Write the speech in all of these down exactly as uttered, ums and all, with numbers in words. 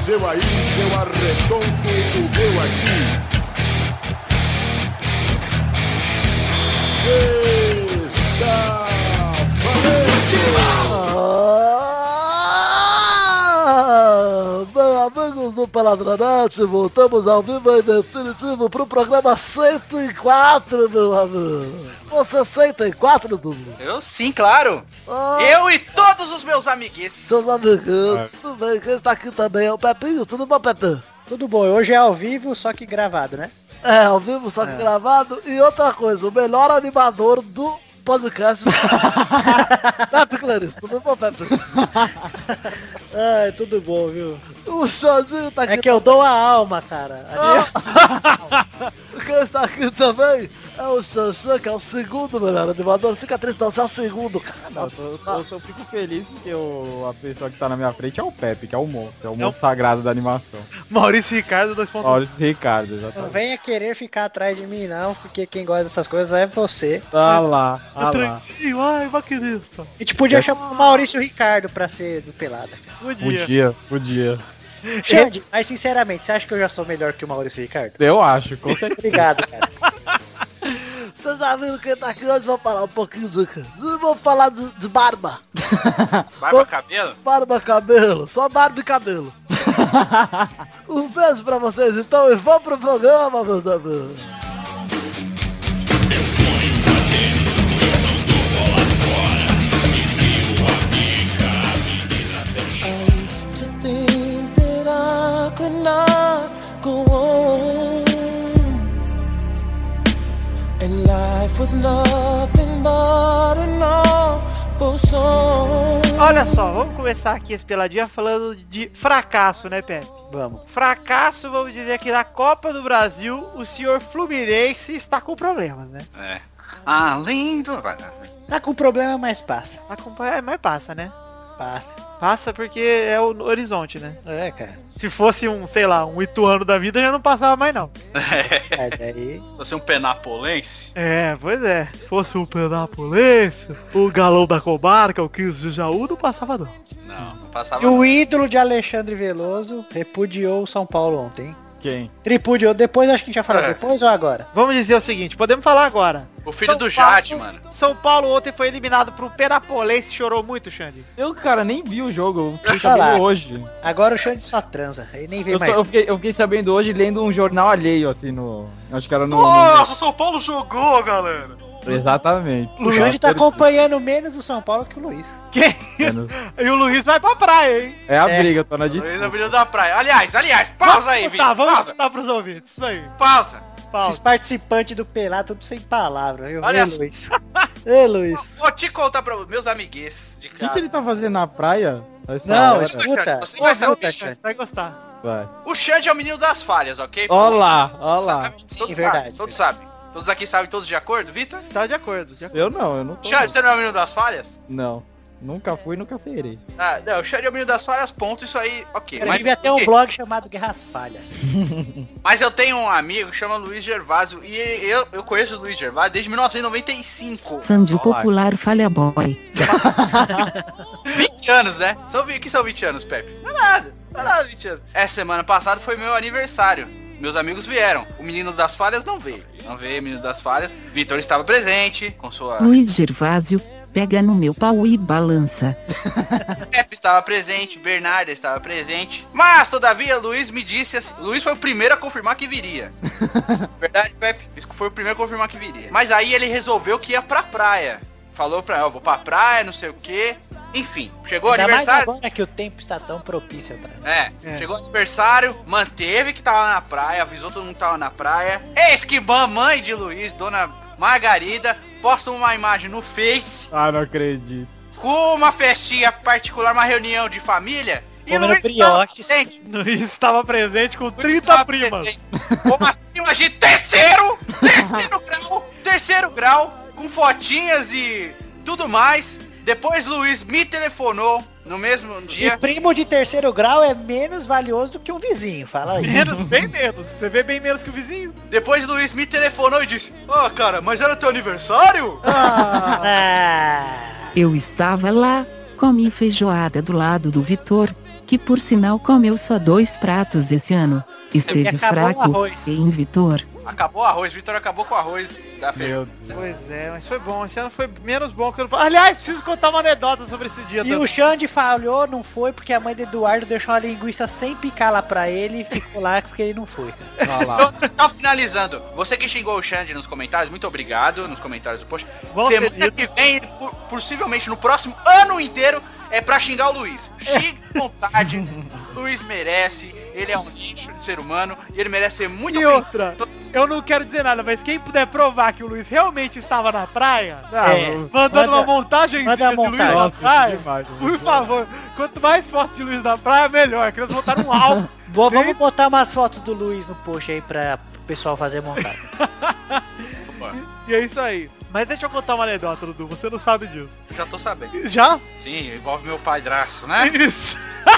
seu aí, que eu arredondo o meu aqui. Está valente! Amigos do Paladronete, voltamos ao vivo e definitivo pro programa cento e quatro, meu amigo. Você cento e quatro, Dudu? Eu sim, claro. Ah, Eu e todos os meus amiguinhos. seus amiguinhos, é. Tudo bem, quem está aqui também é o Pepinho, tudo bom, Pepinho? Tudo bom, hoje é ao vivo, só que gravado, né? É, ao vivo, só que é. gravado. E outra coisa, o melhor animador do podcast. Pepe Clarice, tudo bom, Pepe? Ai, tudo bom, viu? O Xandinho tá aqui. É que eu dou a alma, cara. Ah. Quem está aqui também é o Xanxan, que é o segundo melhor animador. Fica triste não, você é o segundo, cara. Não, eu, eu, eu só fico feliz porque eu, a pessoa que tá na minha frente é o Pepe, que é o monstro, é o monstro sagrado da animação. Maurício Ricardo dois ponto um. Maurício Ricardo, exatamente. Não venha querer ficar atrás de mim não, porque quem gosta dessas coisas é você. Ah lá, ah lá. Ai, vaquerista. A gente podia é. chamar o Maurício Ricardo pra ser do Pelada. Podia. Podia, podia. Xande, mas sinceramente, você acha que eu já sou melhor que o Maurício Ricardo? Eu acho, com certeza. Obrigado, cara. Vocês já viram quem tá aqui hoje? Vamos falar um pouquinho de... Vamos falar de, de barba. Barba, cabelo? Barba, cabelo. Só barba e cabelo. Um beijo pra vocês então e vamos pro programa, meus amigos. And life was nothing but an awful song. Olha só, vamos começar aqui esse peladinha falando de fracasso, né, Pepe? Vamos. Fracasso, vamos dizer que na Copa do Brasil, o senhor Fluminense está com problemas, né? É. Além do... Tá com problema, mas passa. Tá com... É, mas passa, né? Passa. Passa porque é o horizonte, né? É, cara. Se fosse um, sei lá, um Ituano da vida, já não passava mais, não. É, daí... Se fosse um penapolense? É, pois é. Se fosse um penapolense, o galão da comarca, o quinze de Jaú, não passava, não. Não, não passava E não. o ídolo de Alexandre Veloso repudiou o São Paulo ontem. Quem? Tripudiou. Depois, acho que a gente já falou. É. Depois ou agora? Vamos dizer o seguinte, podemos falar agora. O filho São do Jade, Paulo, mano. São Paulo ontem foi eliminado pro Penapolense, chorou muito, Xande. Eu, cara, nem vi o jogo, eu fiquei Falar. sabendo hoje. Agora o Xande só transa. Ele nem vê Eu, mais. só, eu, fiquei, eu fiquei sabendo hoje lendo um jornal alheio, assim, no... Acho que era no... Nossa, o São Paulo jogou, galera. no... Exatamente. O Xande tá acompanhando menos o São Paulo que o Luiz. Que isso? E o Luiz vai pra praia, hein? É a É. briga, tô na Luiz disputa. na Avenida da Praia. Aliás, aliás, pausa aí, Tá, Vitor. vamos Pausa. contar pros ouvintes, isso aí. Pausa. Esses Pausa. participantes do Pelado, tudo sem palavras, viu? Olha Ei, só. Luiz. Ei, Luiz. Vou te contar pra meus amiguês de O que, casa. que ele tá fazendo na praia? Essa Não, hora? escuta. Você vai saber, Escuta, Xande, Xande. vai gostar. Vai. O Xande é o menino das falhas, ok? Ó lá, ó lá. Sabe? Sim, Todos verdade. sabem, todos sabem. Todos aqui sabem, todos de acordo, Vitor? Tá de acordo, de acordo. Eu não, eu não tô. Xande, você não é o menino das falhas? Não. Nunca fui, nunca serei. Ah, não, o Xande é o menino das falhas, ponto, isso aí, ok. Eu Mas, devia ter um ok. blog chamado Guerras Falhas. Mas eu tenho um amigo que chama Luiz Gervásio, e eu, eu conheço o Luiz Gervásio desde mil novecentos e noventa e cinco. Sandio Olá. Popular Falha Boy. vinte anos, né? São, vi- que são vinte anos, Pepe? Não é nada, não é nada vinte anos. Essa semana passada foi meu aniversário. Meus amigos vieram. O menino das falhas não veio. Não veio, o menino das falhas. Vitor estava presente com sua... Luiz Gervásio, pega no meu pau e balança. Pepe estava presente, Bernardo estava presente. Mas, todavia, Luiz me disse assim... Luiz foi o primeiro a confirmar que viria. Verdade, Pepe? Luiz foi o primeiro a confirmar que viria. Mas aí ele resolveu que ia pra praia. Falou pra eu vou pra praia, não sei o quê. Enfim, chegou o Ainda mais aniversário... agora que o tempo está tão propício, cara. É, É. chegou o aniversário, manteve que tava na praia, avisou todo mundo que tava na praia. Eis que mamãe de Luiz, dona Margarida, posta uma imagem no Face Ah, não acredito. com uma festinha particular, uma reunião de família. E Comendo Luiz estava brioches. presente. Luiz estava presente com Luiz trinta estava primas. presente Com uma prima de terceiro, terceiro grau, terceiro grau, com fotinhas e tudo mais. Depois Luiz me telefonou no mesmo E dia. primo de terceiro grau é menos valioso do que um vizinho, fala aí. Menos, bem menos. Você vê bem menos que o vizinho. Depois Luiz me telefonou e disse: Ó, cara, mas era teu aniversário? Ah, Eu estava lá, comi feijoada do lado do Vitor, que por sinal comeu só dois pratos esse ano. Esteve fraco e invitor. Acabou o arroz, Vitor acabou com o arroz da feira. Pois é, mas foi bom. Esse ano foi menos bom que o ano. Aliás, preciso contar uma anedota sobre esse dia. E também. O Xande falhou, não foi, porque a mãe do Eduardo deixou a linguiça sem picar lá pra ele e ficou lá porque ele não foi. Então, tá finalizando. Você que xingou o Xande nos comentários, muito obrigado nos comentários do post. Semana que vem, possivelmente no próximo ano inteiro, é pra xingar o Luiz. Xinga à vontade. O Luiz merece. Ele é um lixo de ser humano e ele merece ser muito... E outra, eu não quero dizer nada, mas quem puder provar que o Luiz realmente estava na praia, é, mandando manda, uma montagem de Luiz na praia, demais, por favor, quanto mais fotos de Luiz na praia, melhor. Que eles botaram um álbum. Boa, vamos botar umas fotos do Luiz no post aí pra o pessoal fazer montagem. e, e é isso aí. Mas deixa eu contar uma anedota, Dudu, você não sabe disso. Já tô sabendo. Já? Sim, envolve meu padrasto, né? Isso.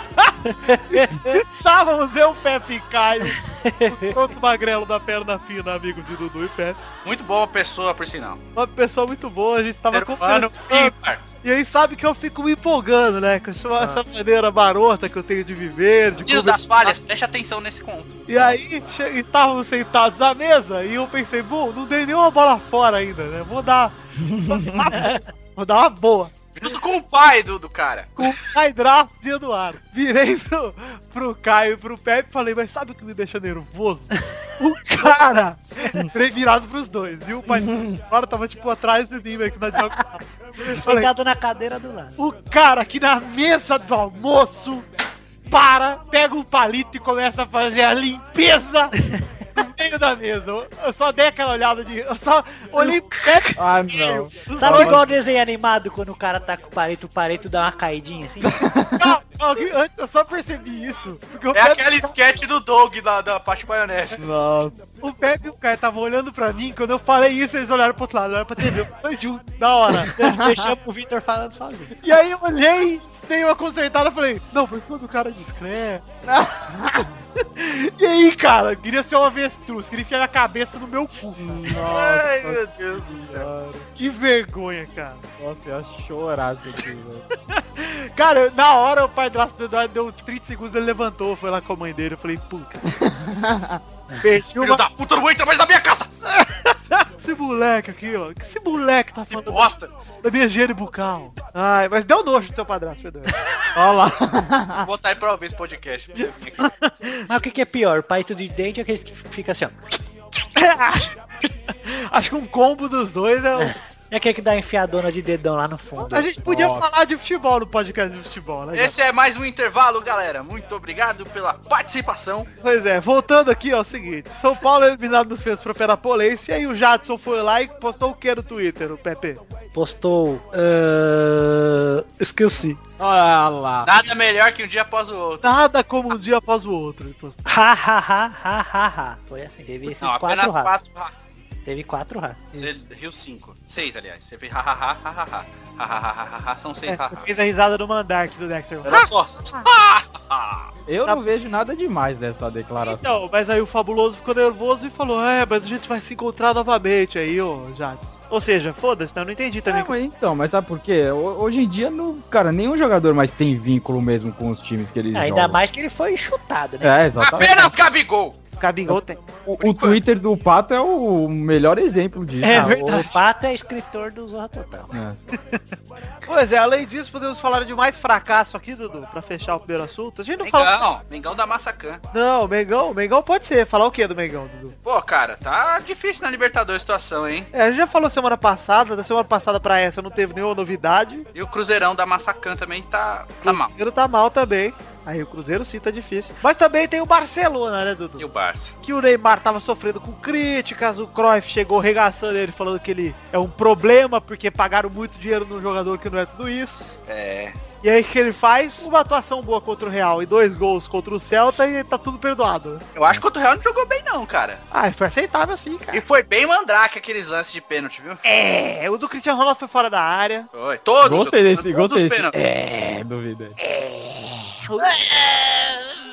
Estávamos eu, Pepe e Caio, o outro magrelo da perna fina, amigo de Dudu e Pepe. Muito boa pessoa, por sinal. Uma pessoa muito boa, a gente estava conversando. E aí sabe que eu fico me empolgando, né? Com essa, essa maneira barota que eu tenho de viver, de Menino das falhas, preste atenção nesse conto. E aí, estávamos sentados à mesa e eu pensei, bom, não dei nenhuma bola fora ainda, né? Vou dar... Vou dar uma boa. Justo com o pai do, do cara. Com o padrasto de Eduardo. Virei pro, pro Caio e pro Pepe e falei, mas sabe o que me deixa nervoso? O cara virado pros dois. E o pai do Eduardo tava tipo atrás de mim, meio que na diagonal. Sentado na cadeira do lado. O cara aqui na mesa do almoço para, pega um palito e começa a fazer a limpeza no meio da mesa. Eu só dei aquela olhada de... Eu só olhei perto. Ah, não. Sabe não, igual desenho animado quando o cara tá com o palito, o palito dá uma caidinha assim? Não, não, eu só percebi isso. É aquele sketch do Doug da, da Pate Maionese. Nossa. O Pepe e o Caio estavam olhando pra mim, quando eu falei isso, eles olharam pro outro lado, olharam pra T V, foi junto, da hora. Deixamos o Vitor falando sozinho. E aí eu olhei, dei uma consertada e falei, não, mas quando o cara é discreto. E aí, cara, queria ser um avestruz, queria enfiar a cabeça no meu cu. Nossa, ai, meu Deus do céu. Que vergonha, cara. Nossa, eu ia chorar isso aqui, velho. Cara, na hora o padrasto do Eduardo deu trinta segundos, ele levantou, foi lá com a mãe dele, eu falei, puta. Filho uma... da puta, não entra mais na minha casa! Esse moleque aqui, ó. Que esse moleque tá falando bosta da minha higiene bucal? Ai, mas deu nojo do seu padrasto, Pedro. Olha lá. Vou botar aí pra ouvir esse podcast. Mas o que, que é pior? O palito de dente ou aqueles que fica assim, ó? Acho que um combo dos dois é o... É aquele que dá enfiadona de dedão lá no fundo. A gente podia Nossa. falar de futebol no podcast de futebol, né? Esse é mais um intervalo, galera. Muito obrigado pela participação. Pois é, voltando aqui, ó, é o seguinte. São Paulo eliminado nos pênaltis pro Perapolense. E aí o Jadson foi lá e postou o que no Twitter, o Pepe? Postou... Uh... Esqueci. Olha lá. Nada melhor que um dia após o outro. Nada como um dia após o outro. Ha, ha, ha, ha, ha, ha. Foi assim, teve esses Não, quatro apenas ha. quatro ha. Teve quatro ha. Você riu cinco. Seis, aliás. Você fez ha, ha, ha, ha, ha, ha, ha, ha, ha, ha. São seis é, ha, Você ha. fez a risada do Mandark do Dexter. Olha só. Eu não vejo nada demais dessa declaração. Então, mas aí o Fabuloso ficou nervoso e falou, é, mas a gente vai se encontrar novamente aí, ô, Jadson. Ou seja, foda-se, né? Eu não entendi também. É, mas então, mas sabe por quê? Hoje em dia, no, cara, nenhum jogador mais tem vínculo mesmo com os times que eles Ainda jogam. Ainda mais que ele foi chutado, né? É, exatamente. Apenas Gabigol! Gabigol tem. O, o Twitter do Pato é o melhor exemplo disso. É ah, verdade. O Pato é escritor do Zorra Total. É. Pois é, além disso, podemos falar de mais fracasso aqui, Dudu, pra fechar o primeiro assunto. A gente não Mengão, fala... Mengão da Massacã. Não, Mengão, Mengão pode ser. Falar o que do Mengão, Dudu? Pô, cara, tá difícil na Libertadores a situação, hein? É, a gente já falou semana passada, da semana passada pra essa não teve nenhuma novidade. E o Cruzeirão da Massacã também tá, tá mal. O Cruzeiro tá mal também. Aí o Cruzeiro sim tá difícil. Mas também tem o Barcelona, né, Dudu? E o Barça? Que o Neymar tava sofrendo com críticas, o Cruyff chegou regaçando ele, falando que ele é um problema porque pagaram muito dinheiro num jogador que não é tudo isso. É... E aí o que ele faz? Uma atuação boa contra o Real e dois gols contra o Celta e tá tudo perdoado. Eu acho que contra o Real não jogou bem não, cara. Ah, foi aceitável sim, cara. E foi bem mandrake aqueles lances de pênalti, viu? É, o do Cristiano Ronaldo foi fora da área. Foi, todos. Gostei desse, todos gostei desse. pênaltis. É, duvidei. É.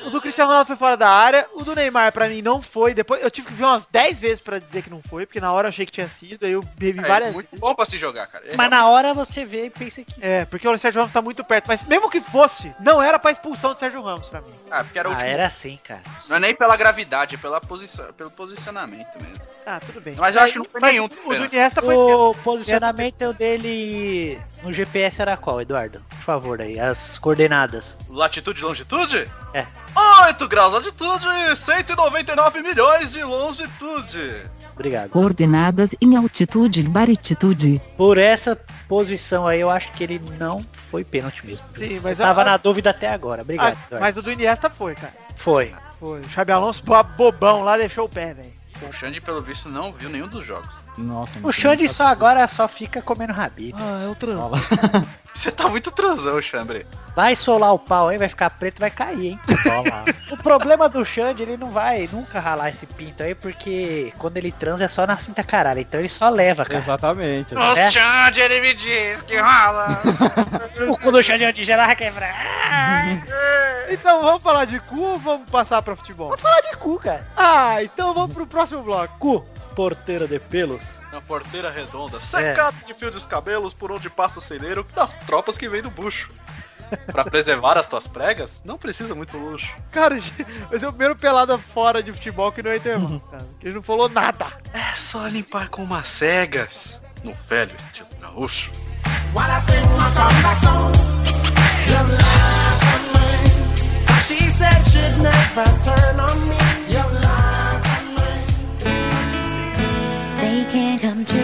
O do Cristiano Ronaldo foi fora da área. O do Neymar, pra mim, não foi. Depois eu tive que ver umas dez vezes pra dizer que não foi, porque na hora eu achei que tinha sido. Aí eu bebi É, várias muito bom pra se jogar, cara. É, Mas na hora você vê e pensa que... É, porque o Sérgio Ramos tá muito perto. Mas mesmo que fosse, não era pra expulsão do Sérgio Ramos pra mim. Ah, porque era o Ah, último. era assim, cara. Não é nem pela gravidade, é pela posição, pelo posicionamento mesmo. Ah, tudo bem. Mas eu acho que não foi Mas nenhum. O do Iniesta foi... O posicionamento dele no G P S era qual, Eduardo? Por favor, aí, as coordenadas. Latitude e longitude? É. oito graus de altitude e cento e noventa e nove milhões de longitude. Obrigado. Coordenadas em altitude e barititude. Por essa posição aí, eu acho que ele não foi pênalti mesmo. Sim, mas eu tava a- na dúvida até agora. Obrigado, Ah, Eduardo. mas o do Iniesta foi, cara. Foi. Foi. O Xabi Alonso, pô, bobão lá, deixou o pé, velho. O Xande, pelo visto, não viu nenhum dos jogos. Nossa, O Xande só agora só fica comendo rabito. Ah, é o trans. Você tá muito transão, Xandre. Vai solar o pau aí, vai ficar preto e vai cair, hein? O problema do Xande, ele não vai nunca ralar esse pinto aí, porque quando ele transa é só na cinta caralho, então ele só leva, cara. Exatamente. O É? Xande, ele me diz que rola. O cu do Xande antes ela vai quebrar. Então vamos falar de cu ou vamos passar pra futebol? Fala de cu, cara. Ah, então vamos pro próximo bloco. Cu, porteira de pelos. Na porteira redonda, secado de fio dos cabelos por onde passa o celeiro das tropas que vem do bucho. Pra preservar as tuas pregas, não precisa muito luxo. Cara, vai ser o primeiro pelada fora de futebol que não é intervalo, cara. Que ele não falou nada. É só limpar com umas cegas, no velho estilo gaúcho. While I sing my comeback song, you laugh at me. She said she'd never turn on me. You laugh at me. They can't come true.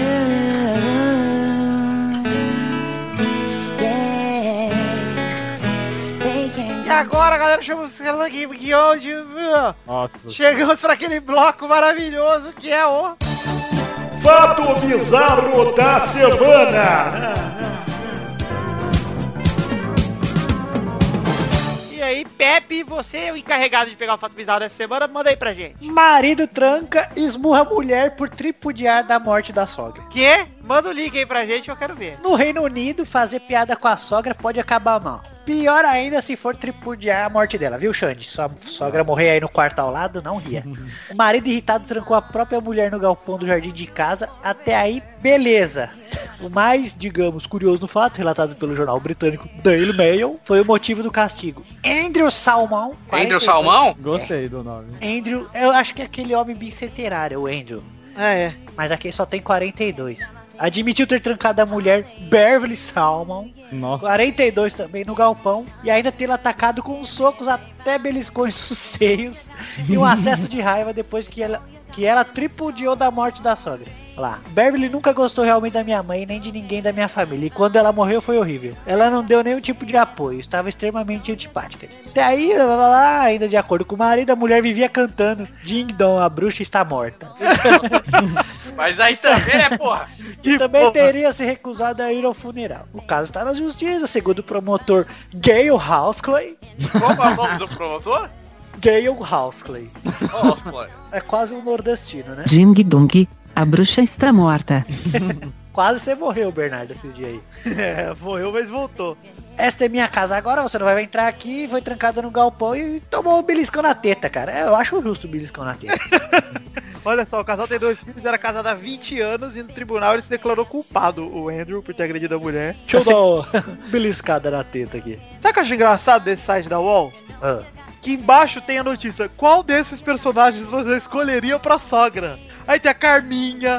Yeah. They can't E agora, galera, chegamos aqui que hoje Nossa. chegamos para aquele bloco maravilhoso que é o... Fato bizarro da semana. E aí, Pepe, você é o encarregado de pegar o fato bizarro dessa semana, manda aí pra gente. Marido tranca, esmurra mulher por tripudiar da morte da sogra. Que? Manda o link aí pra gente que eu quero ver. No Reino Unido, fazer piada com a sogra pode acabar mal. Pior ainda se for tripudiar a morte dela, viu, Xande? Sua sogra morrer aí no quarto ao lado, não ria. O marido irritado trancou a própria mulher no galpão do jardim de casa. Até aí, beleza. O mais, digamos, curioso no fato, relatado pelo jornal britânico Daily Mail, foi o motivo do castigo. Andrew Salmão. Andrew quarenta e dois Salmão? Gostei do nome. Andrew, eu acho que é aquele homem bicentenário, o Andrew. Ah, é. Mas aqui só tem quarenta e dois. Admitiu ter trancado a mulher Beverly Salmon, Nossa. quarenta e dois também, no galpão, e ainda tê-la atacado com socos até beliscões nos seios e um acesso de raiva depois que ela, que ela tripudiou da morte da sogra. Lá. Beverly nunca gostou realmente da minha mãe nem de ninguém da minha família, e quando ela morreu foi horrível. Ela não deu nenhum tipo de apoio, estava extremamente antipática. Até aí, lá, lá, lá, ainda de acordo com o marido, a mulher vivia cantando Ding Dong, a bruxa está morta. Mas aí também, né, porra? E também teria se recusado a ir ao funeral. O caso está na justiça, segundo o promotor Gayle Housley. Qual é o nome do promotor? Gayle Housley. Nossa, pô. É quase um nordestino, né? Ding Dong, a bruxa está morta. Quase você morreu, Bernardo, esse dia aí. É, morreu, mas voltou. Esta é minha casa agora, você não vai entrar aqui, foi trancada no galpão e tomou um beliscão na teta, cara. É, eu acho justo o beliscão na teta. Olha só, o casal tem dois filhos, era casado há vinte anos e no tribunal ele se declarou culpado, o Andrew, por ter agredido a mulher. Deixa eu dar uma beliscada na teta aqui. Sabe o que eu acho engraçado desse site da U O L? Ah. Que embaixo tem a notícia, qual desses personagens você escolheria pra sogra? Aí tem a Carminha,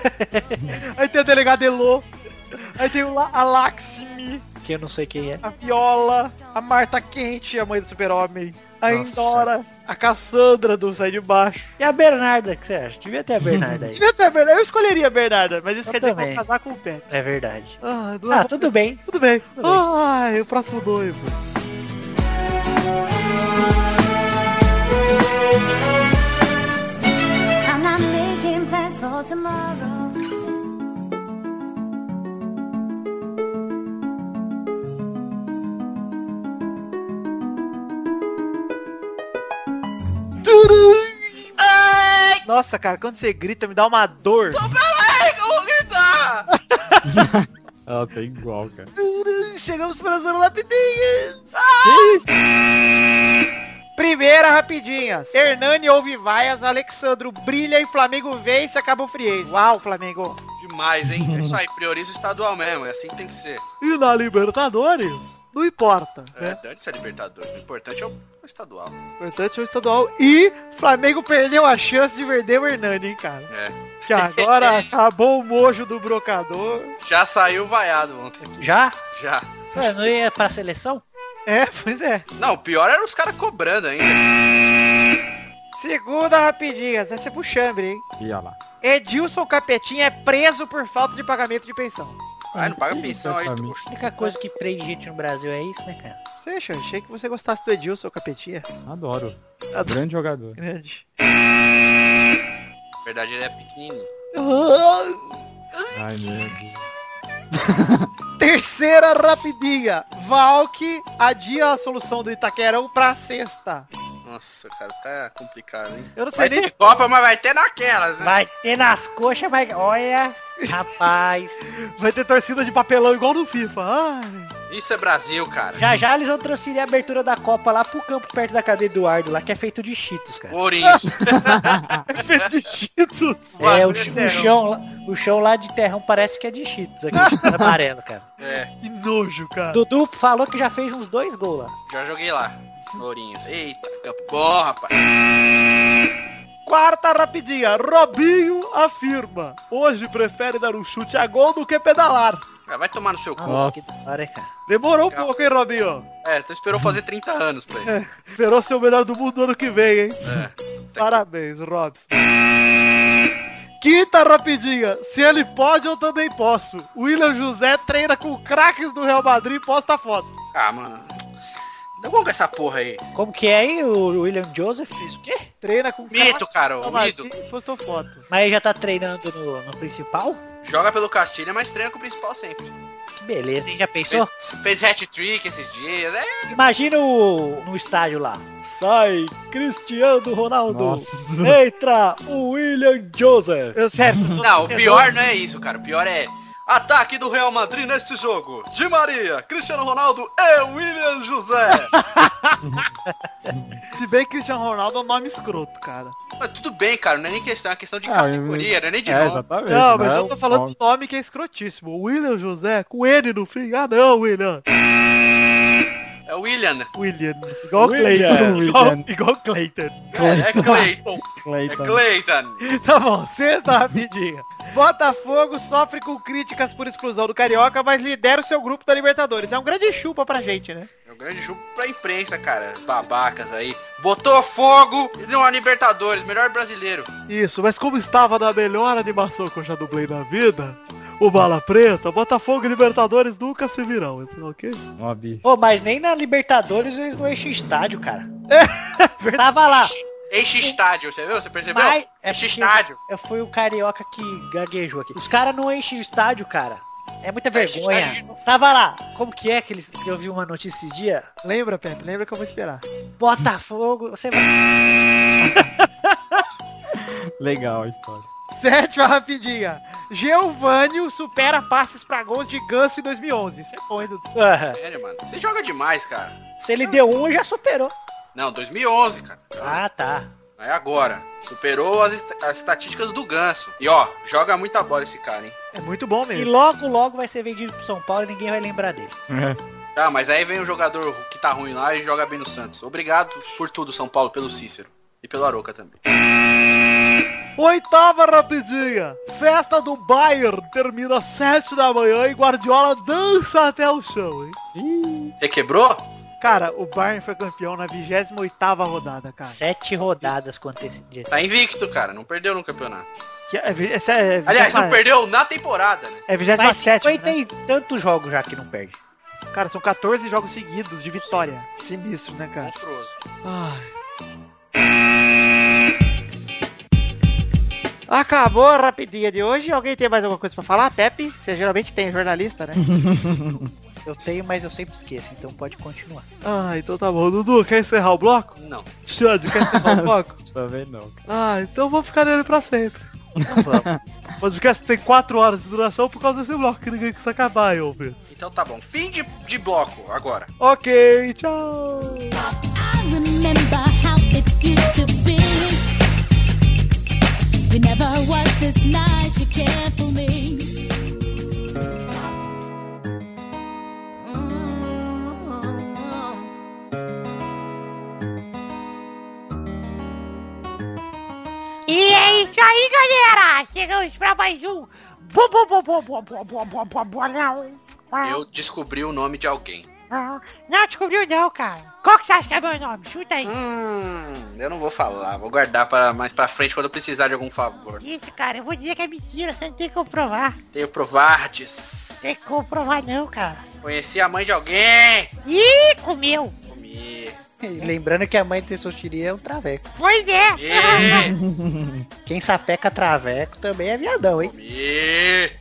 aí tem a delegada Elô, aí tem o La a Laxmi, Que eu não sei quem é. a Viola, a Marta Quente, a mãe do super-homem, a Nossa. Endora, a Cassandra do Sai de Baixo. E a Bernarda, o que você acha? Devia ter a Bernarda aí. Devia ter a Bernarda, eu escolheria a Bernarda, mas isso Eu quer dizer que também. eu vou casar com o Pé. É verdade. Ah, do- Ah, tudo bem. tudo bem. Tudo bem. Ai, o próximo noivo. I'm not making plans for tomorrow. Nossa, cara, quando você grita me dá uma dor. Ai, eu vou gritar! Nossa, é igual, cara. Chegamos para as rapidinhas. Primeira rapidinha. Hernani ouve vaias, Alexandro brilha e Flamengo vence, acaba o Friense. Uau, Flamengo. Demais, hein? É isso aí, prioriza o estadual mesmo, é assim que tem que ser. E na Libertadores, não importa, É, né? dane-se a Libertadores, o importante é o o estadual. O importante é o estadual. E Flamengo perdeu a chance de perder o Hernani, hein, cara. É. Que agora acabou o mojo do brocador. Já saiu vaiado ontem. Já? Já. Ué, não ia pra seleção? É, pois é. Não, o pior era os caras cobrando ainda. Segunda rapidinha, essa é pro chambre, hein? E olha lá. Edilson Capetinha é preso por falta de pagamento de pensão. Ai, não paga pensão aí, Exatamente. trouxa. A única coisa que prende gente no Brasil é isso, né, cara? Seja, achei que você gostasse do Edilson Capetinha. Adoro. Adoro. Grande jogador. Grande. Na verdade, ele é pequenininho. Ai, meu Deus. Terceira rapidinha. Valk adia a solução do Itaquerão pra sexta. Nossa, cara, tá complicado, hein? Eu não sei Vai ter nem... Copa, mas vai ter naquelas, né? Vai ter nas coxas, mas olha, rapaz. Vai ter torcida de papelão igual no FIFA. Ai. Isso é Brasil, cara. Já já eles vão transferir a abertura da Copa lá pro campo perto da casa do Eduardo, lá que é feito de cheetos, cara. Ourinhos. Feito de Cheetos. É, o, ch- o chão, lá- o chão lá de terrão parece que é de cheetos, aqui cheetos amarelo, cara. É, Que nojo, cara. Dudu falou que já fez uns dois gols lá. já joguei lá. Ourinhos. Eita, campo bom, rapaz. Quarta rapidinha. Robinho afirma. Hoje prefere dar um chute a gol do que pedalar. Ah, vai tomar no seu cu. Nossa, Nossa. que da hora, hein, cara. Demorou um Legal. pouco, hein, Robinho? É, tu esperou fazer trinta anos pra isso. É, esperou ser o melhor do mundo ano que vem, hein? É. Parabéns, Robson. Quinta rapidinha. Se ele pode, eu também posso. William José treina com craques do Real Madrid e posta foto. Ah, mano. Dá bom com essa porra aí. Como que é aí o William Joseph? Fez o quê? Treina com Mito, cara, do o Real mito. Madrid e postou foto. Mas ele já tá treinando no, no principal? Joga pelo Castilha, mas treina com o principal sempre. Que beleza, hein? Já pensou? Fez, fez hat-trick esses dias. É, Imagina o, no estádio lá. Sai, Cristiano Ronaldo. Nossa. Entra o William Joseph. Eu sério. não, o pior não é isso, cara. O pior é ataque do Real Madrid neste jogo. Di Maria, Cristiano Ronaldo e William José. Se bem que Cristiano Ronaldo é um nome escroto, cara. Mas tudo bem, cara. Não é nem questão, é questão de Ah, categoria, não é nem de É, nome. exatamente. Não, mas né? eu tô falando Nome. do nome que é escrotíssimo. William José, com N no fim. Ah não, William. É o William. William. Igual William. Clayton. Igual, William. igual Clayton. É, é Clayton. É Clayton. Clayton. Tá bom, sexta rapidinho. Botafogo sofre com críticas por exclusão do Carioca, mas lidera o seu grupo da Libertadores. É um grande chupa pra gente, né? É um grande jogo pra imprensa, cara. Babacas aí. Botou fogo e deu uma Libertadores. Melhor brasileiro. Isso, mas como estava na melhor animação que eu já dublei na vida, o Bala Preta, Botafogo e Libertadores nunca se virão, ok? Uma bicha. Pô, mas nem na Libertadores eles não enchem estádio, cara. É, Tava lá. Enche estádio, você viu? Você percebeu? Mas é Enche porque estádio. eu fui o carioca que gaguejou aqui. Os caras não enchem o estádio, cara. É muita Enche vergonha. estádio. Tava lá. Como que é que eles que eu vi uma notícia esse dia? Lembra, Pepe? Lembra que eu vou esperar. Botafogo, você vai. Legal a história. Sétima rapidinha. Geovânio supera passes pra gols de Ganso em dois mil e onze. Isso é bom, hein, Dudu? Aham. Sério, mano. Você joga demais, cara. Se ele deu um, já superou. Não, dois mil e onze, cara. Ah, tá. Não é agora. Superou as, est- as estatísticas do Ganso. E ó, joga muita bola esse cara, hein? É muito bom E mesmo. logo, logo vai ser vendido pro São Paulo e ninguém vai lembrar dele. Tá, mas aí vem um jogador que tá ruim lá e joga bem no Santos. Obrigado por tudo, São Paulo, pelo Cícero. E pelo Aroca também. Oitava rapidinha. Festa do Bayern termina às sete da manhã e Guardiola dança até o chão, hein? Você quebrou? Cara, o Bayern foi campeão na vigésima oitava rodada, cara. Sete rodadas com antecedência. Tá invicto, cara. Não perdeu no campeonato. Que é, vi- essa é, Aliás, não vigésima- perdeu na temporada, né? é vigésima Mas sétima, cinquenta né? e tantos jogos já que não perde. Cara, são quatorze jogos seguidos de vitória. Sinistro, né, cara? Monstruoso. Ai. Acabou a rapidinha de hoje. Alguém tem mais alguma coisa pra falar? Pepe? Você geralmente tem jornalista, né? Eu tenho, mas eu sempre esqueço, então pode continuar. Ah, então tá bom. Dudu, quer encerrar o bloco? Não. Xande, quer encerrar o bloco? Também não. Ah, então vamos ficar nele pra sempre. Então vamos. O podcast tem quatro horas de duração por causa desse bloco que ninguém quis acabar, hein, ouvintes. Então tá bom. Fim de, de bloco agora. Ok, tchau. I remember remember how it used to be. You never was this nice, you cared for me. E é isso aí, galera! Chegamos pra mais um... Bo- bo- bo- bo- bo- bo- bo- bo- bo- bolão. Eu descobri o nome de alguém. Ah, Não descobriu não, cara. Qual que você acha que é meu nome? Chuta aí. Hum, eu não vou falar. Vou guardar para mais pra frente quando eu precisar de algum favor. Isso, cara, eu vou dizer que é mentira, você não tem que comprovar. Tenho provardes. Tem que comprovar não, cara. Conheci a mãe de alguém. Ih, comeu. Comi. E lembrando que a mãe de Testosteria é um traveco. Pois é. Comi. Quem sapeca traveco também é viadão, hein? Comi.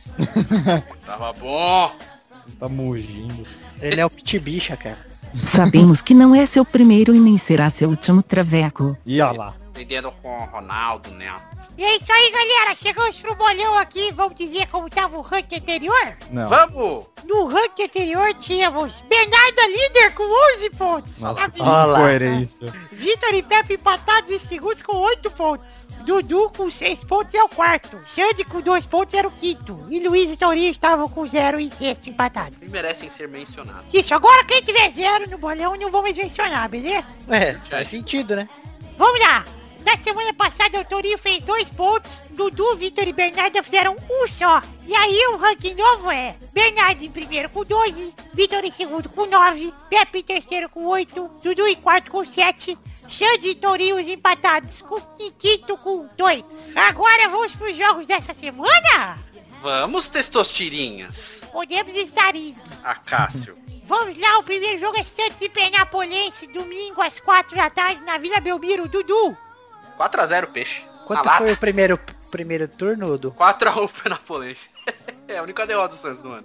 Tava bom. Você tá mugindo. Ele é o pitibicha, cara. Sabemos que não é seu primeiro e nem será seu último traveco. E olha lá. Entendendo com o Ronaldo, né? E é isso aí, galera. Chegamos pro bolão aqui. Vamos dizer como tava o ranking anterior? Não. Vamos! No ranking anterior tínhamos Bernarda líder com onze pontos. Nossa, que Olá. incoerência. Vitor e Pepe empatados em segundos com oito pontos. Dudu com seis pontos é o quarto. Xande com dois pontos era o quinto. E Luiz e Tourinho estavam com zero e sexto empatados. Eles merecem ser mencionados. Isso, agora quem tiver zero no bolão não vamos mencionar, beleza? É, faz sentido, né? Vamos lá! Na semana passada o Tourinho fez dois pontos, Dudu, Vitor e Bernarda fizeram um só. E aí o ranking novo é Bernarda em primeiro com doze, Vitor em segundo com nove, Pepe em terceiro com oito, Dudu em quarto com sete, Xande e Tourinho os empatados com em quinto com dois. Agora vamos pros jogos dessa semana? Vamos, testostirinhas. Podemos estar indo. Acácio. Vamos lá, o primeiro jogo é Santos e Penapolense, domingo às quatro da tarde na Vila Belmiro, Dudu. quatro a zero peixe. Quanto Na foi lata. o primeiro, primeiro turno, do? quatro a um pro Napolense. É a única derrota do Santos no ano.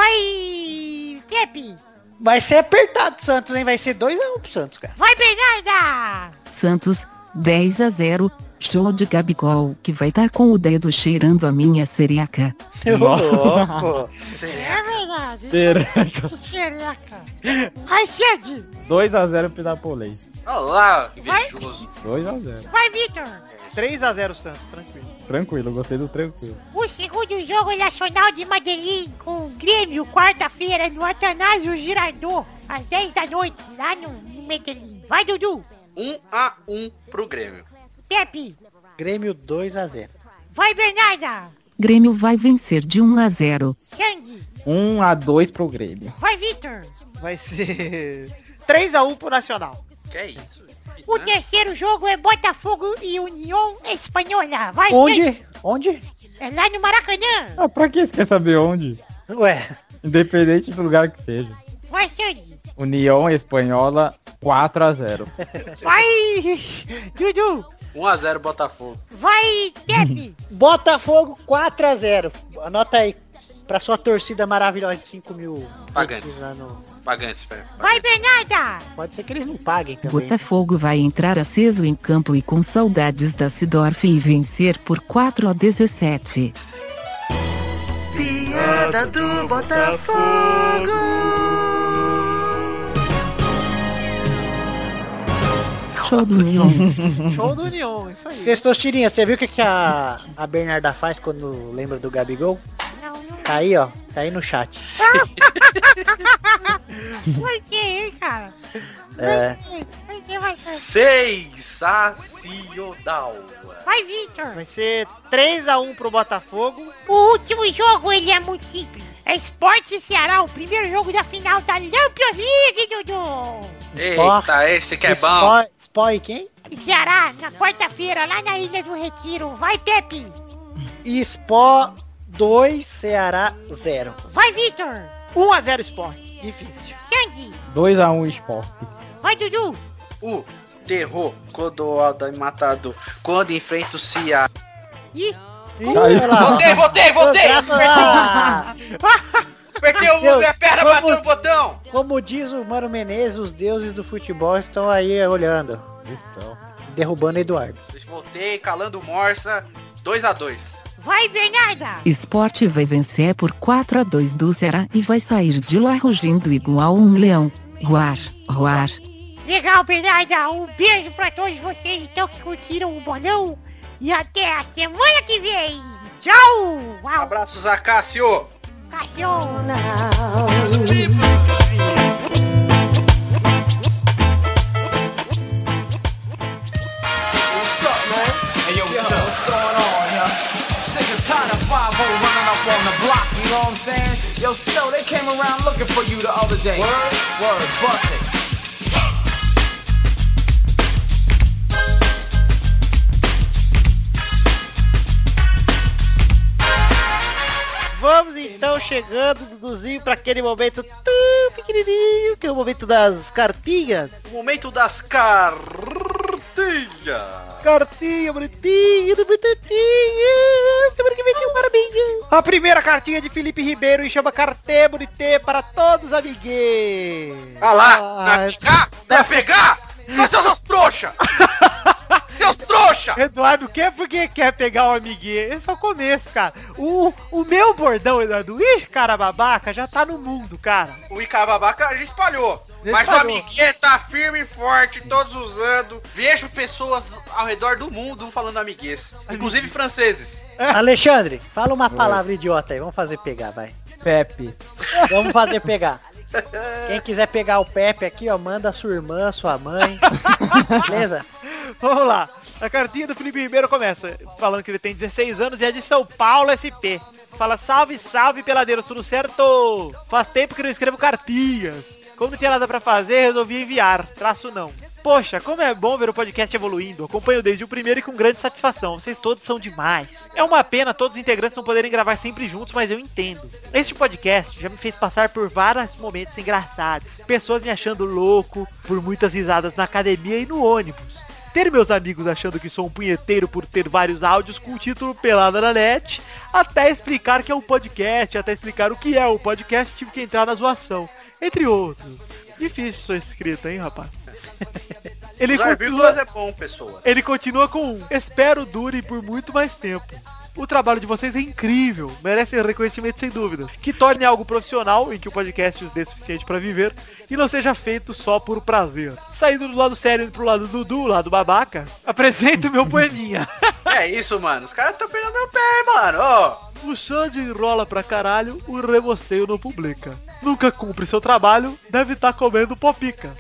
Vai, Pepe. Vai ser apertado o Santos, hein? Vai ser dois a um pro Santos, cara. Vai, Bernarda. Santos, dez a zero. Show de Gabigol, que vai estar com o dedo cheirando a minha cereca. Louco. É verdade. Cereca. Cereca. Vai, Xande. dois a zero pro Napolense. Olha lá, invejoso. dois a zero. Vai, Vitor. três a zero Santos, tranquilo. Tranquilo, gostei do tranquilo. O segundo jogo é Nacional de Medellín com o Grêmio, quarta-feira, no Atanásio Girardot, às dez da noite, lá no, no Medellín. Vai, Dudu. um a um pro Grêmio. Pepe. Grêmio dois a zero. Vai, Bernarda. Grêmio vai vencer de um a zero. Xande. um a dois pro Grêmio. Vai, Vitor. Vai ser três a um pro Nacional. Que é isso? O Né? terceiro jogo é Botafogo e União Espanhola. Vai, Xande. Onde? Onde? É lá no Maracanã. Ah, pra que você quer saber onde? Ué, Independente do lugar que seja. Vai, Xande. União Espanhola quatro a zero. Vai, Dudu. um a zero Botafogo. Vai, Pepe. Botafogo quatro a zero. Anota aí. Pra sua torcida maravilhosa de cinco mil. Pagantes. Lá no- Pagantes, velho. Vai, Bernarda. Pode ser que eles não paguem também. Botafogo vai entrar aceso em campo e com saudades da Sidorf e vencer por quatro a dezessete. Piada do Botafogo. Show do União. Show do União, isso aí. Testostirinha, você viu o que, que a, a Bernarda faz quando lembra do Gabigol? Não, não. Tá aí, ó. Tá aí no chat. Por que, hein, cara? É. Por que vai ser? Sensacional. Vai, Victor. Vai ser três a um pro Botafogo. O último jogo, ele é muito simples. É Sport e Ceará, o primeiro jogo da final da Champions League, Dudu. Eita, esse que é bom. Sport, Sport quem? E Ceará, na quarta-feira, lá na Ilha do Retiro. Vai, Pepe. Sport dois, Ceará zero. Vai, Victor. um a zero Sport. Difícil. Sandy. dois a um Esporte. Vai, Dudu. O terror Clodoaldo matado quando enfrenta o Ceará. Ih, Voltei, voltei, voltei! Graças a... Apertei Seu- o minha perna, como- bateu o botão! Como diz o Mano Menezes, os deuses do futebol estão aí olhando. Estão. Derrubando Eduardo. Voltei, calando Morsa, dois a dois. vai, Bernarda. Sport vai vencer por quatro a dois do Ceará e vai sair de lá rugindo igual um leão. Roar, roar. Legal, Bernarda. Um beijo pra todos vocês então que curtiram o bolão. E até a semana que vem. Tchau. Uau. Abraços a Cássio. Cássio. Tired of five oh running up on the block, you know what I'm saying? Yo, still, they came around looking for you the other day. Word, word, bust it. Vamos então chegando, Duduzinho, para aquele momento tão pequenininho, que é o momento das cartinhas. O momento das cartinhas. Cartinha bonitinha, bonitinha. Semana que vem tem um parabéns. A primeira cartinha de Felipe Ribeiro e chama Cartê Bonité para todos os amiguinhos. Ah lá, Ah, vai pegar? Vai pegar? Nós somos os trouxa! Seus trouxa! Eduardo quer porque quer pegar o amiguinho. Esse é o começo, cara. O, o meu bordão, Eduardo, ih, cara babaca, já tá no mundo, cara. O Icababaca já espalhou. Já Mas espalhou. o amiguinho tá firme e forte, todos usando. Vejo pessoas ao redor do mundo falando amiguês. Inclusive franceses. Alexandre, fala uma palavra idiota aí, vamos fazer pegar, vai. Pepe. Vamos fazer pegar. Quem quiser pegar o Pepe aqui, ó, manda sua irmã, sua mãe. Beleza? Vamos lá. A cartinha do Felipe Ribeiro começa falando que ele tem dezesseis anos e é de São Paulo, S P. Fala, salve, salve, peladeiro, tudo certo? Faz tempo que não escrevo cartinhas. Como não tinha nada pra fazer, resolvi enviar. Traço não. Poxa, como é bom ver o podcast evoluindo. Acompanho desde o primeiro e com grande satisfação. Vocês todos são demais. É uma pena todos os integrantes não poderem gravar sempre juntos, mas eu entendo. Este podcast já me fez passar por vários momentos engraçados. Pessoas me achando louco, por muitas risadas na academia e no ônibus. Ter meus amigos achando que sou um punheteiro por ter vários áudios com o título Pelada na Net, até explicar que é um podcast, até explicar o que é o podcast, tive que entrar na zoação. Entre outros. Difícil sua escrita, hein, rapaz? Ele Usar continua, vírgulas é bom, pessoa. ele continua com um, espero dure por muito mais tempo. O trabalho de vocês é incrível, merece reconhecimento sem dúvida. Que torne algo profissional, em que o podcast os dê suficiente pra viver, e não seja feito só por prazer. Saindo do lado sério pro lado do Dudu, lado babaca, apresento o meu poeminha. É isso, mano. Os caras tão pegando meu pé, mano. Ó. O Xande enrola pra caralho, o Rebosteio não publica. Nunca cumpre seu trabalho, deve estar comendo popica.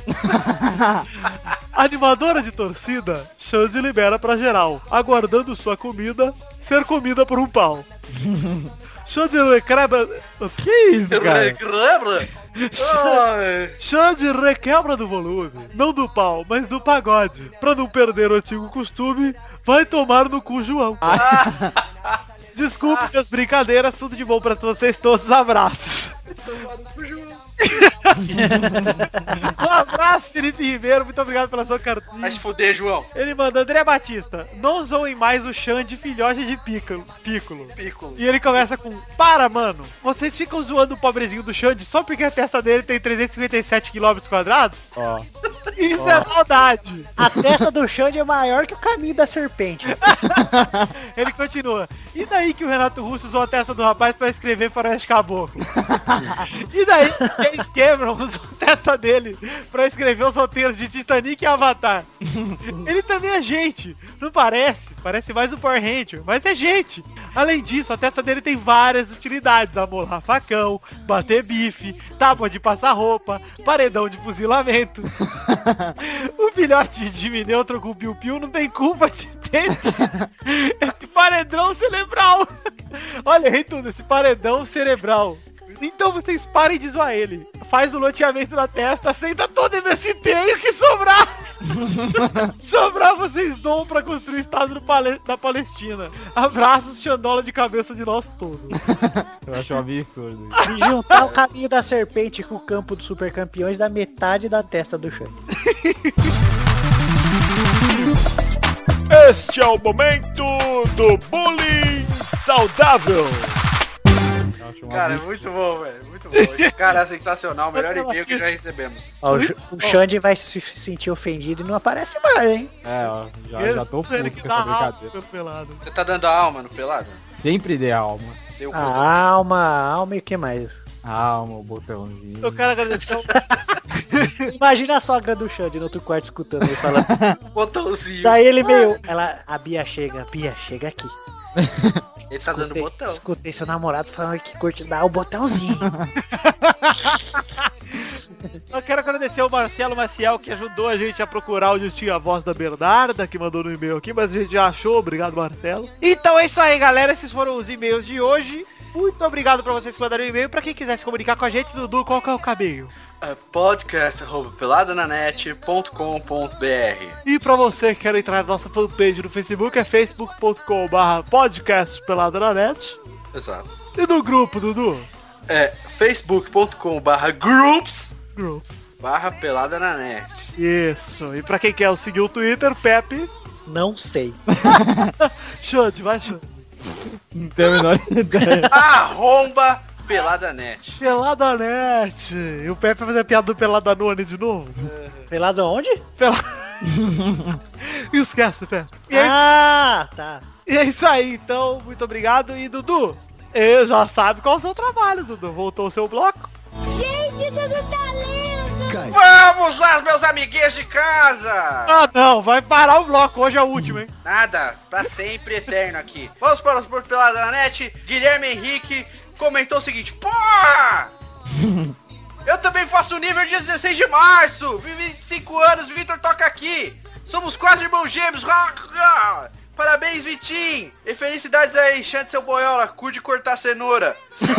Animadora de torcida, Xande libera pra geral, aguardando sua comida ser comida por um pau. Xande requebra... O que é isso, cara? Reclama? Ai. Xande requebra do volume, não do pau, mas do pagode. Pra não perder o antigo costume, vai tomar no cu João. Desculpe as brincadeiras, tudo de bom pra vocês todos, abraços. Um abraço, Felipe Ribeiro, muito obrigado pela sua cartinha. Vai se fuder, João. Ele manda, André Batista, não zoem mais o Xande filhote de Piccolo. Piccolo. Piccolo. E ele começa com, para, mano, vocês ficam zoando o pobrezinho do Xande só porque a testa dele tem trezentos e cinquenta e sete quilômetros quadrados? Ó. Isso Ó. é maldade. A testa do Xande é maior que o caminho da serpente. Ele continua, e daí que o Renato Russo usou a testa do rapaz pra escrever Faroeste Caboclo? E daí que James Cameron usou a testa dele pra escrever os roteiros de Titanic e Avatar? Ele também é gente, não parece? Parece mais um Power Ranger, mas é gente. Além disso, a testa dele tem várias utilidades: amolar facão, bater bife, tábua de passar roupa, paredão de fuzilamento. O filhote de Mineutro com piu-piu não tem culpa de ter esse paredão cerebral. Olha, errei tudo, esse paredão cerebral. Então vocês parem de zoar ele. Faz o loteamento na testa, aceita todo M S T e o que sobrar. Sobrar vocês doam pra construir o estado do Pale- da Palestina. Abraços, Xandola de cabeça de nós todos. Eu acho um absurdo. E juntar o caminho da serpente com o campo dos super campeões dá metade da testa do Xande. Este é o momento do bullying saudável. Cara, é muito bom, velho. Muito bom. Esse cara é sensacional. O melhor e-mail que já recebemos. Ó, o, X- o Xande vai se sentir ofendido e não aparece mais, hein? É, ó, já, já tô puto Ele com que essa dá alma brincadeira. pelo pelado. Você tá dando a alma no pelado? Sempre dê alma. Deu A alma, a alma e o que mais? Alma, o botãozinho. Eu quero agradecer ao... Imagina a sogra do Xande no outro quarto escutando ele falando. Botãozinho. Daí ele meio. Ela, a Bia chega, Bia, chega aqui. Ele tá dando botão. Escutei seu namorado falando que curte dar o botãozinho. Eu quero agradecer ao Marcelo Maciel que ajudou a gente a procurar onde tinha a voz da Bernarda, que mandou no e-mail aqui, mas a gente já achou. Obrigado, Marcelo. Então é isso aí, galera. Esses foram os e-mails de hoje. Muito obrigado pra vocês que mandaram o e-mail. Pra quem quiser se comunicar com a gente, Dudu, qual que é o caminho? É podcast arroba peladananet ponto com ponto b r. E pra você que quer entrar na nossa fanpage no Facebook, é facebook ponto com barra podcast peladananet. Exato. E no grupo, Dudu? É facebook ponto com barra groups Groups. barra pelada na net. Isso. E pra quem quer seguir o Twitter, Pepe? Não sei. Xande, vai, Xande. Não tenho a menor ideia. Arromba pelada net. Pelada net. E o Pepe vai fazer a piada do Pelada None de novo? Pelado onde? Pelada... Esquece, Pepe. E é, Ah, tá. e é isso aí, então. Muito obrigado. E Dudu, eu já sabe qual é o seu trabalho, Dudu. Voltou o seu bloco? Gente, Dudu tá lindo! Vamos lá, meus amiguinhos de casa. Ah, não. Vai parar o bloco. Hoje é o último, hein? Nada, pra sempre eterno aqui. Vamos para o Pelada na net. Guilherme Henrique comentou o seguinte: pô! Eu também faço o nível dia dezesseis de março. vinte e cinco anos, Vitor toca aqui. Somos quase irmãos gêmeos. Parabéns, Vitinho. E felicidades aí, Xande, seu boiola. Curte cortar cenoura.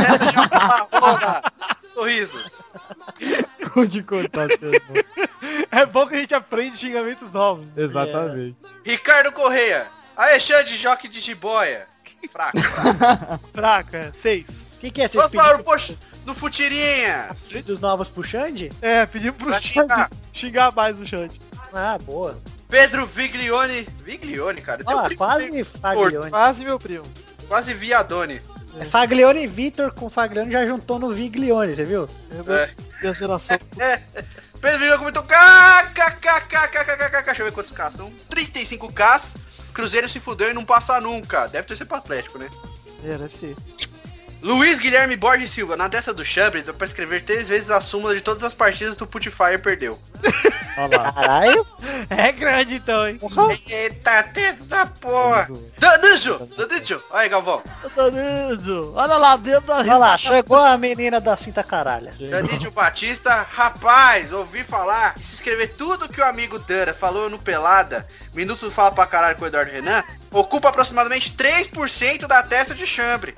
Sorrisos. Curte cortar cenoura. É bom que a gente aprende xingamentos novos. Exatamente. Ricardo Correia. Aê, Xande, joque de jiboia. Fraco, fraco. Fraca, é. Seis. O que, que é? Vocês Vamos para o pediram post do Futirinhas. dos novos pro Xande? É, pedimos pro Pra Xande xingar. xingar mais o Xande. Ah, boa. Pedro Viglione. Viglione, cara. Teu Ó, primo quase tem- Faglione. Quase meu primo. Quase Viadone. É, Faglione e Vitor com Faglione já juntou no Viglione, você viu? É. Minha geração. É. Pedro Viglione comentou kkkkkkkkkk. Deixa eu ver quantos K são. trinta e cinco K. Cruzeiro se fudeu e não passa nunca. Deve ter sido pro Atlético, né? É, deve ser. Luiz Guilherme Borges Silva. Na dessa do Chambre, deu pra escrever três vezes a súmula de todas as partidas do Putfire perdeu. Olha lá. Caralho. É grande então, hein? Eita, teta, porra. Danúcio, Danúcio. Olha aí, Galvão. Danilo, olha lá dentro da Olha lá, chegou a menina da cinta caralha. Danilo Batista, rapaz, ouvi falar que se escrever tudo que o amigo Dana falou no Pelada, Minuto Fala Pra Caralho com o Eduardo Renan, ocupa aproximadamente três por cento da testa de Chambre.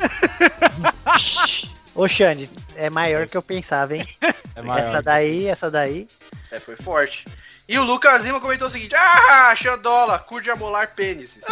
Ô Xande, é maior que eu pensava, hein? É maior. Essa daí, essa daí. É, foi forte. E o Lucas Lima comentou o seguinte: ah, Xandola, curte amolar pênises.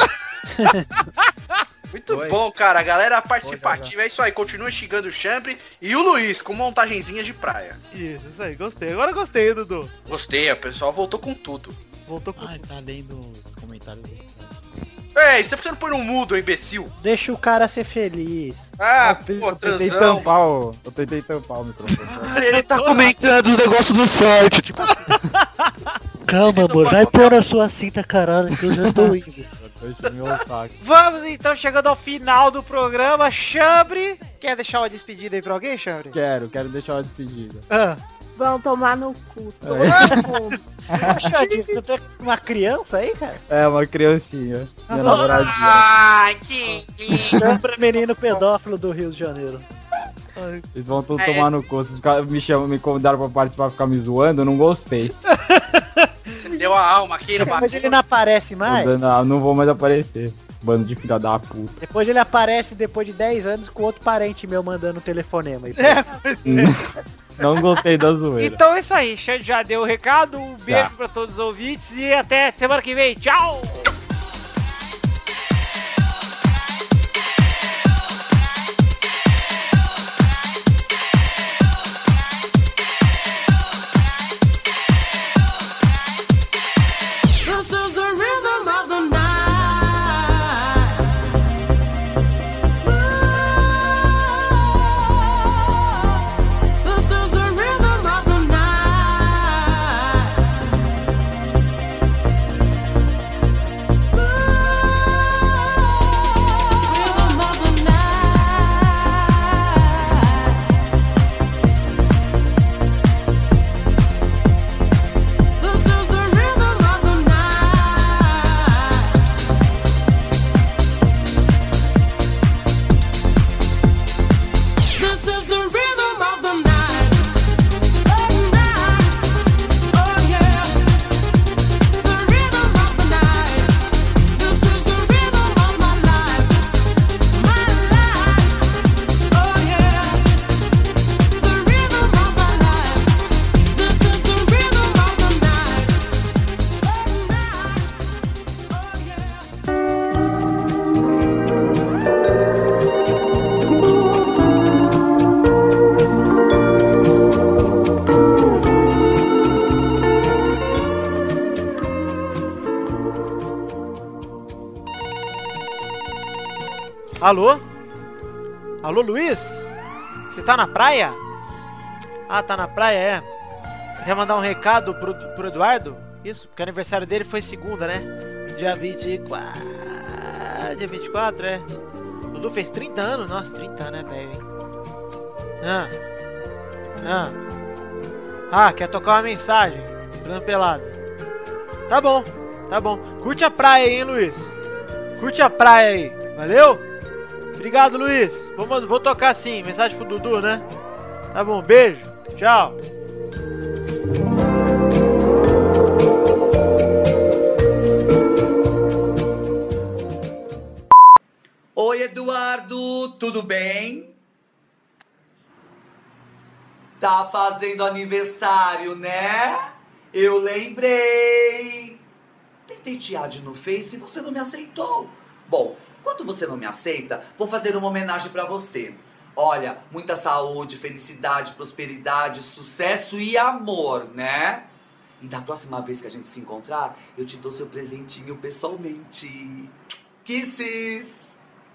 Muito Oi. bom, cara. A galera participativa, é isso aí. Continua xingando o Chambre e o Luiz com montagenzinhas de praia. Isso, isso aí, gostei. Agora gostei, Dudu. Gostei, o pessoal voltou com tudo. Voltou com... Ai, tá lendo os comentários. Ei, você precisa pôr um mudo, imbecil. Deixa o cara ser feliz. Ah, Eu pô, tentei transão. tampar o... Eu tentei tampar o microfone. Ele tá Comentando os negócios do site, tipo assim. Calma, amor, vai pôr a sua cinta caralho que eu já tô indo. Deixa meu saco. Vamos então, chegando ao final do programa. Chambre, quer deixar uma despedida aí pra alguém, Chambre? Quero, quero deixar uma despedida. Ah. Vão tomar no cu. Todo mundo. Xande, você tem uma criança aí, cara? É, uma criancinha. Minha Nossa. namoradinha. Ai, que Chambra menino pedófilo do Rio de Janeiro. Eles vão tudo É. tomar no cu. Vocês ficaram- me chamam, me convidaram pra participar, ficar me zoando, eu não gostei. Você deu a alma aqui no Mas ele bagulho. não aparece mais? Tô dando- ah, não vou mais aparecer. Bando de filha da puta. Depois ele aparece depois de dez anos com outro parente meu mandando um telefonema. aí. Não gostei da zoeira. Então é isso aí, Xande já deu o recado. Um beijo Já. pra todos os ouvintes e até semana que vem. Tchau! This is the rhythm of the night. This is the rhythm of the night. Alô? Alô, Luiz? Você tá na praia? Ah, tá na praia, é. Você quer mandar um recado pro, pro Eduardo? Isso, porque o aniversário dele foi segunda, né? Dia vinte e quatro. Dia vinte e quatro, é. O Dudu fez trinta anos? Nossa, trinta anos, né, velho, hein? Ah. Ah. Ah, quer tocar uma mensagem? Plano pelado. Tá bom, tá bom. Curte a praia aí, hein, Luiz? Curte a praia aí. Valeu? Obrigado, Luiz. Vou, vou tocar sim. Mensagem pro Dudu, né? Tá bom, beijo. Tchau. Oi, Eduardo, tudo bem? Tá fazendo aniversário, né? Eu lembrei. Tentei te add no Face e você não me aceitou. Bom, enquanto você não me aceita, vou fazer uma homenagem pra você. Olha, muita saúde, felicidade, prosperidade, sucesso e amor, né? E da próxima vez que a gente se encontrar, eu te dou seu presentinho pessoalmente. Kisses!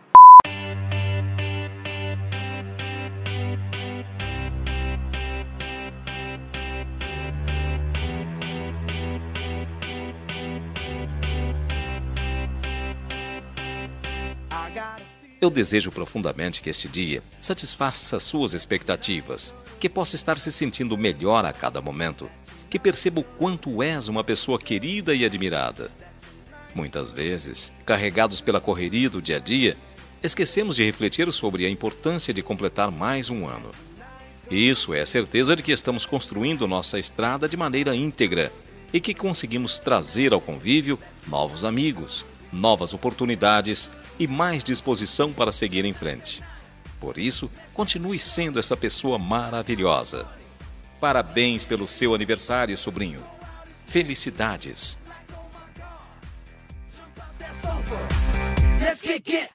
Eu desejo profundamente que este dia satisfaça suas expectativas, que possa estar se sentindo melhor a cada momento, que perceba o quanto és uma pessoa querida e admirada. Muitas vezes, carregados pela correria do dia a dia, esquecemos de refletir sobre a importância de completar mais um ano. Isso é a certeza de que estamos construindo nossa estrada de maneira íntegra e que conseguimos trazer ao convívio novos amigos, novas oportunidades e mais disposição para seguir em frente. Por isso, continue sendo essa pessoa maravilhosa. Parabéns pelo seu aniversário, sobrinho. Felicidades! Let's kick it.